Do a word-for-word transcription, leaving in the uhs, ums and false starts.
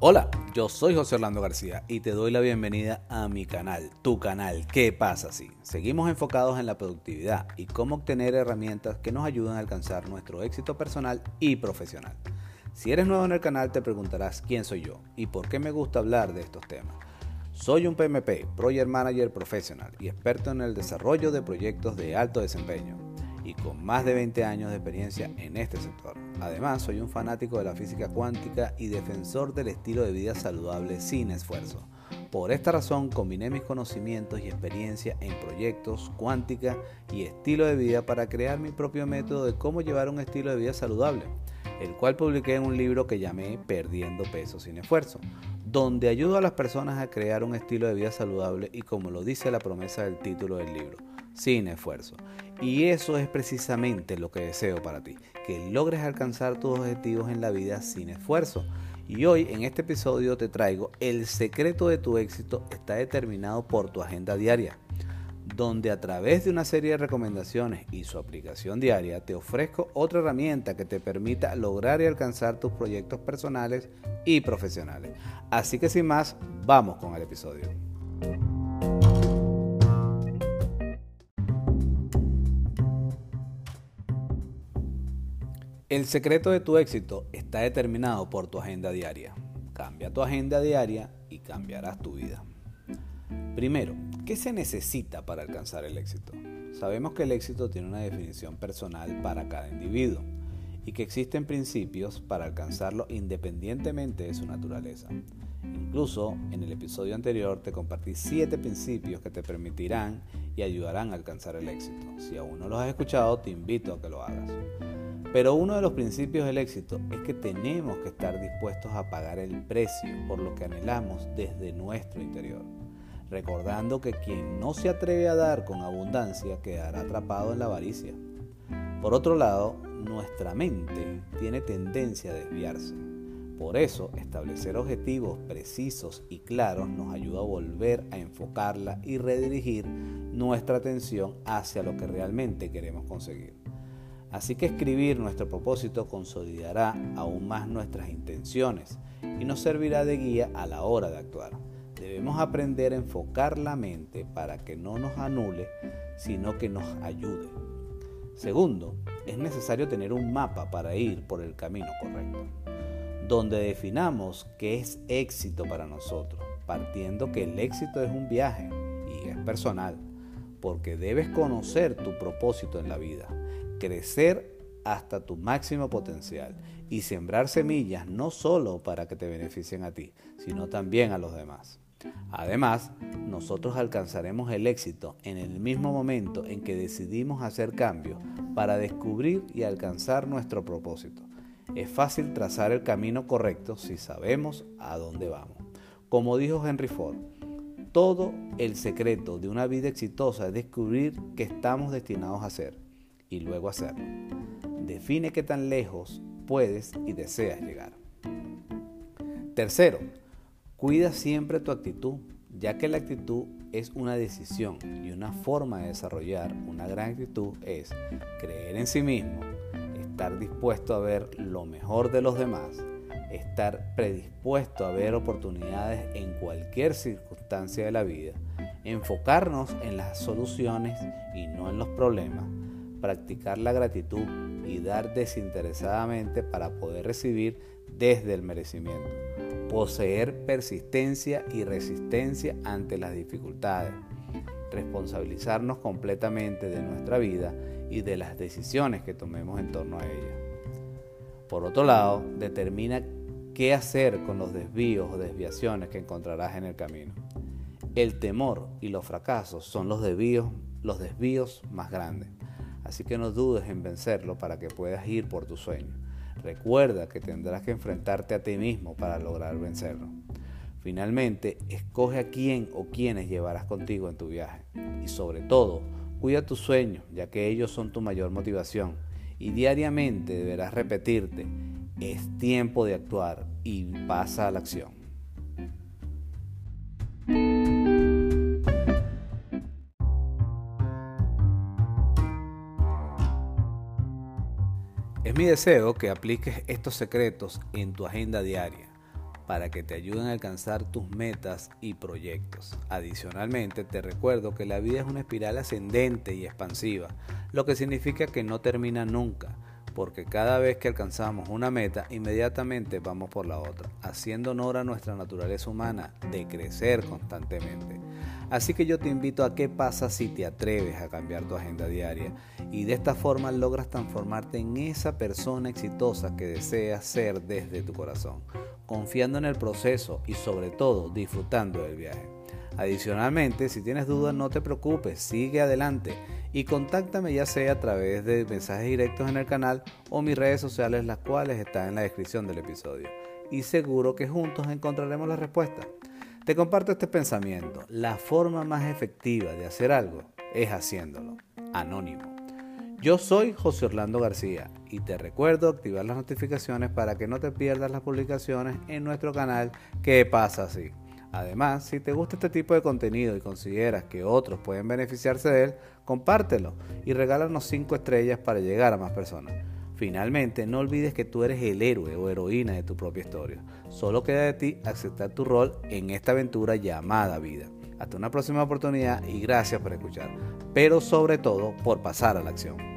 Hola, yo soy José Orlando García y te doy la bienvenida a mi canal, tu canal, ¿Qué pasa si? Seguimos enfocados en la productividad y cómo obtener herramientas que nos ayudan a alcanzar nuestro éxito personal y profesional. Si eres nuevo en el canal te preguntarás quién soy yo y por qué me gusta hablar de estos temas. Soy un P M P, Project Manager Professional y experto en el desarrollo de proyectos de alto desempeño y con más de veinte años de experiencia en este sector. Además, soy un fanático de la física cuántica y defensor del estilo de vida saludable sin esfuerzo. Por esta razón, combiné mis conocimientos y experiencia en proyectos, cuántica y estilo de vida para crear mi propio método de cómo llevar un estilo de vida saludable, el cual publiqué en un libro que llamé Perdiendo Peso sin Esfuerzo, donde ayudo a las personas a crear un estilo de vida saludable y como lo dice la promesa del título del libro, sin esfuerzo. Y eso es precisamente lo que deseo para ti, que logres alcanzar tus objetivos en la vida sin esfuerzo. Y hoy en este episodio te traigo el secreto de tu éxito está determinado por tu agenda diaria, donde a través de una serie de recomendaciones y su aplicación diaria te ofrezco otra herramienta que te permita lograr y alcanzar tus proyectos personales y profesionales. Así que sin más, vamos con el episodio. El secreto de tu éxito está determinado por tu agenda diaria. Cambia tu agenda diaria y cambiarás tu vida. Primero, ¿qué se necesita para alcanzar el éxito? Sabemos que el éxito tiene una definición personal para cada individuo y que existen principios para alcanzarlo independientemente de su naturaleza. Incluso en el episodio anterior te compartí siete principios que te permitirán y ayudarán a alcanzar el éxito. Si aún no los has escuchado, te invito a que lo hagas. Pero uno de los principios del éxito es que tenemos que estar dispuestos a pagar el precio por lo que anhelamos desde nuestro interior, recordando que quien no se atreve a dar con abundancia quedará atrapado en la avaricia. Por otro lado, nuestra mente tiene tendencia a desviarse. Por eso, establecer objetivos precisos y claros nos ayuda a volver a enfocarla y redirigir nuestra atención hacia lo que realmente queremos conseguir. Así que escribir nuestro propósito consolidará aún más nuestras intenciones y nos servirá de guía a la hora de actuar. Debemos aprender a enfocar la mente para que no nos anule, sino que nos ayude. Segundo, es necesario tener un mapa para ir por el camino correcto, donde definamos qué es éxito para nosotros, partiendo que el éxito es un viaje y es personal, porque debes conocer tu propósito en la vida, crecer hasta tu máximo potencial y sembrar semillas no solo para que te beneficien a ti, sino también a los demás. Además, nosotros alcanzaremos el éxito en el mismo momento en que decidimos hacer cambios para descubrir y alcanzar nuestro propósito. Es fácil trazar el camino correcto si sabemos a dónde vamos. Como dijo Henry Ford, todo el secreto de una vida exitosa es descubrir qué estamos destinados a hacer y luego hacerlo. Define qué tan lejos puedes y deseas llegar. Tercero, cuida siempre tu actitud, ya que la actitud es una decisión y una forma de desarrollar una gran actitud es creer en sí mismo, estar dispuesto a ver lo mejor de los demás, estar predispuesto a ver oportunidades en cualquier circunstancia de la vida, enfocarnos en las soluciones y no en los problemas, practicar la gratitud y dar desinteresadamente para poder recibir desde el merecimiento, poseer persistencia y resistencia ante las dificultades, responsabilizarnos completamente de nuestra vida y de las decisiones que tomemos en torno a ella. Por otro lado, determina qué hacer con los desvíos o desviaciones que encontrarás en el camino. El temor y los fracasos son los desvíos, los desvíos más grandes. Así que no dudes en vencerlo para que puedas ir por tu sueño. Recuerda que tendrás que enfrentarte a ti mismo para lograr vencerlo. Finalmente, escoge a quién o quiénes llevarás contigo en tu viaje. Y sobre todo, cuida tus sueños, ya que ellos son tu mayor motivación. Y diariamente deberás repetirte, es tiempo de actuar y pasa a la acción. Es mi deseo que apliques estos secretos en tu agenda diaria, para que te ayuden a alcanzar tus metas y proyectos. Adicionalmente, te recuerdo que la vida es una espiral ascendente y expansiva, lo que significa que no termina nunca, porque cada vez que alcanzamos una meta, inmediatamente vamos por la otra, haciendo honor a nuestra naturaleza humana de crecer constantemente. Así que yo te invito a qué pasa si te atreves a cambiar tu agenda diaria y de esta forma logras transformarte en esa persona exitosa que deseas ser desde tu corazón, confiando en el proceso y sobre todo disfrutando del viaje. Adicionalmente, si tienes dudas, no te preocupes, sigue adelante y contáctame ya sea a través de mensajes directos en el canal o mis redes sociales, las cuales están en la descripción del episodio. Y seguro que juntos encontraremos la respuesta. Te comparto este pensamiento: la forma más efectiva de hacer algo es haciéndolo. Anónimo. Yo soy José Orlando García y te recuerdo activar las notificaciones para que no te pierdas las publicaciones en nuestro canal ¿Qué pasa si? Además, si te gusta este tipo de contenido y consideras que otros pueden beneficiarse de él, compártelo y regálanos cinco estrellas para llegar a más personas. Finalmente, no olvides que tú eres el héroe o heroína de tu propia historia. Solo queda de ti aceptar tu rol en esta aventura llamada vida. Hasta una próxima oportunidad y gracias por escuchar, pero sobre todo por pasar a la acción.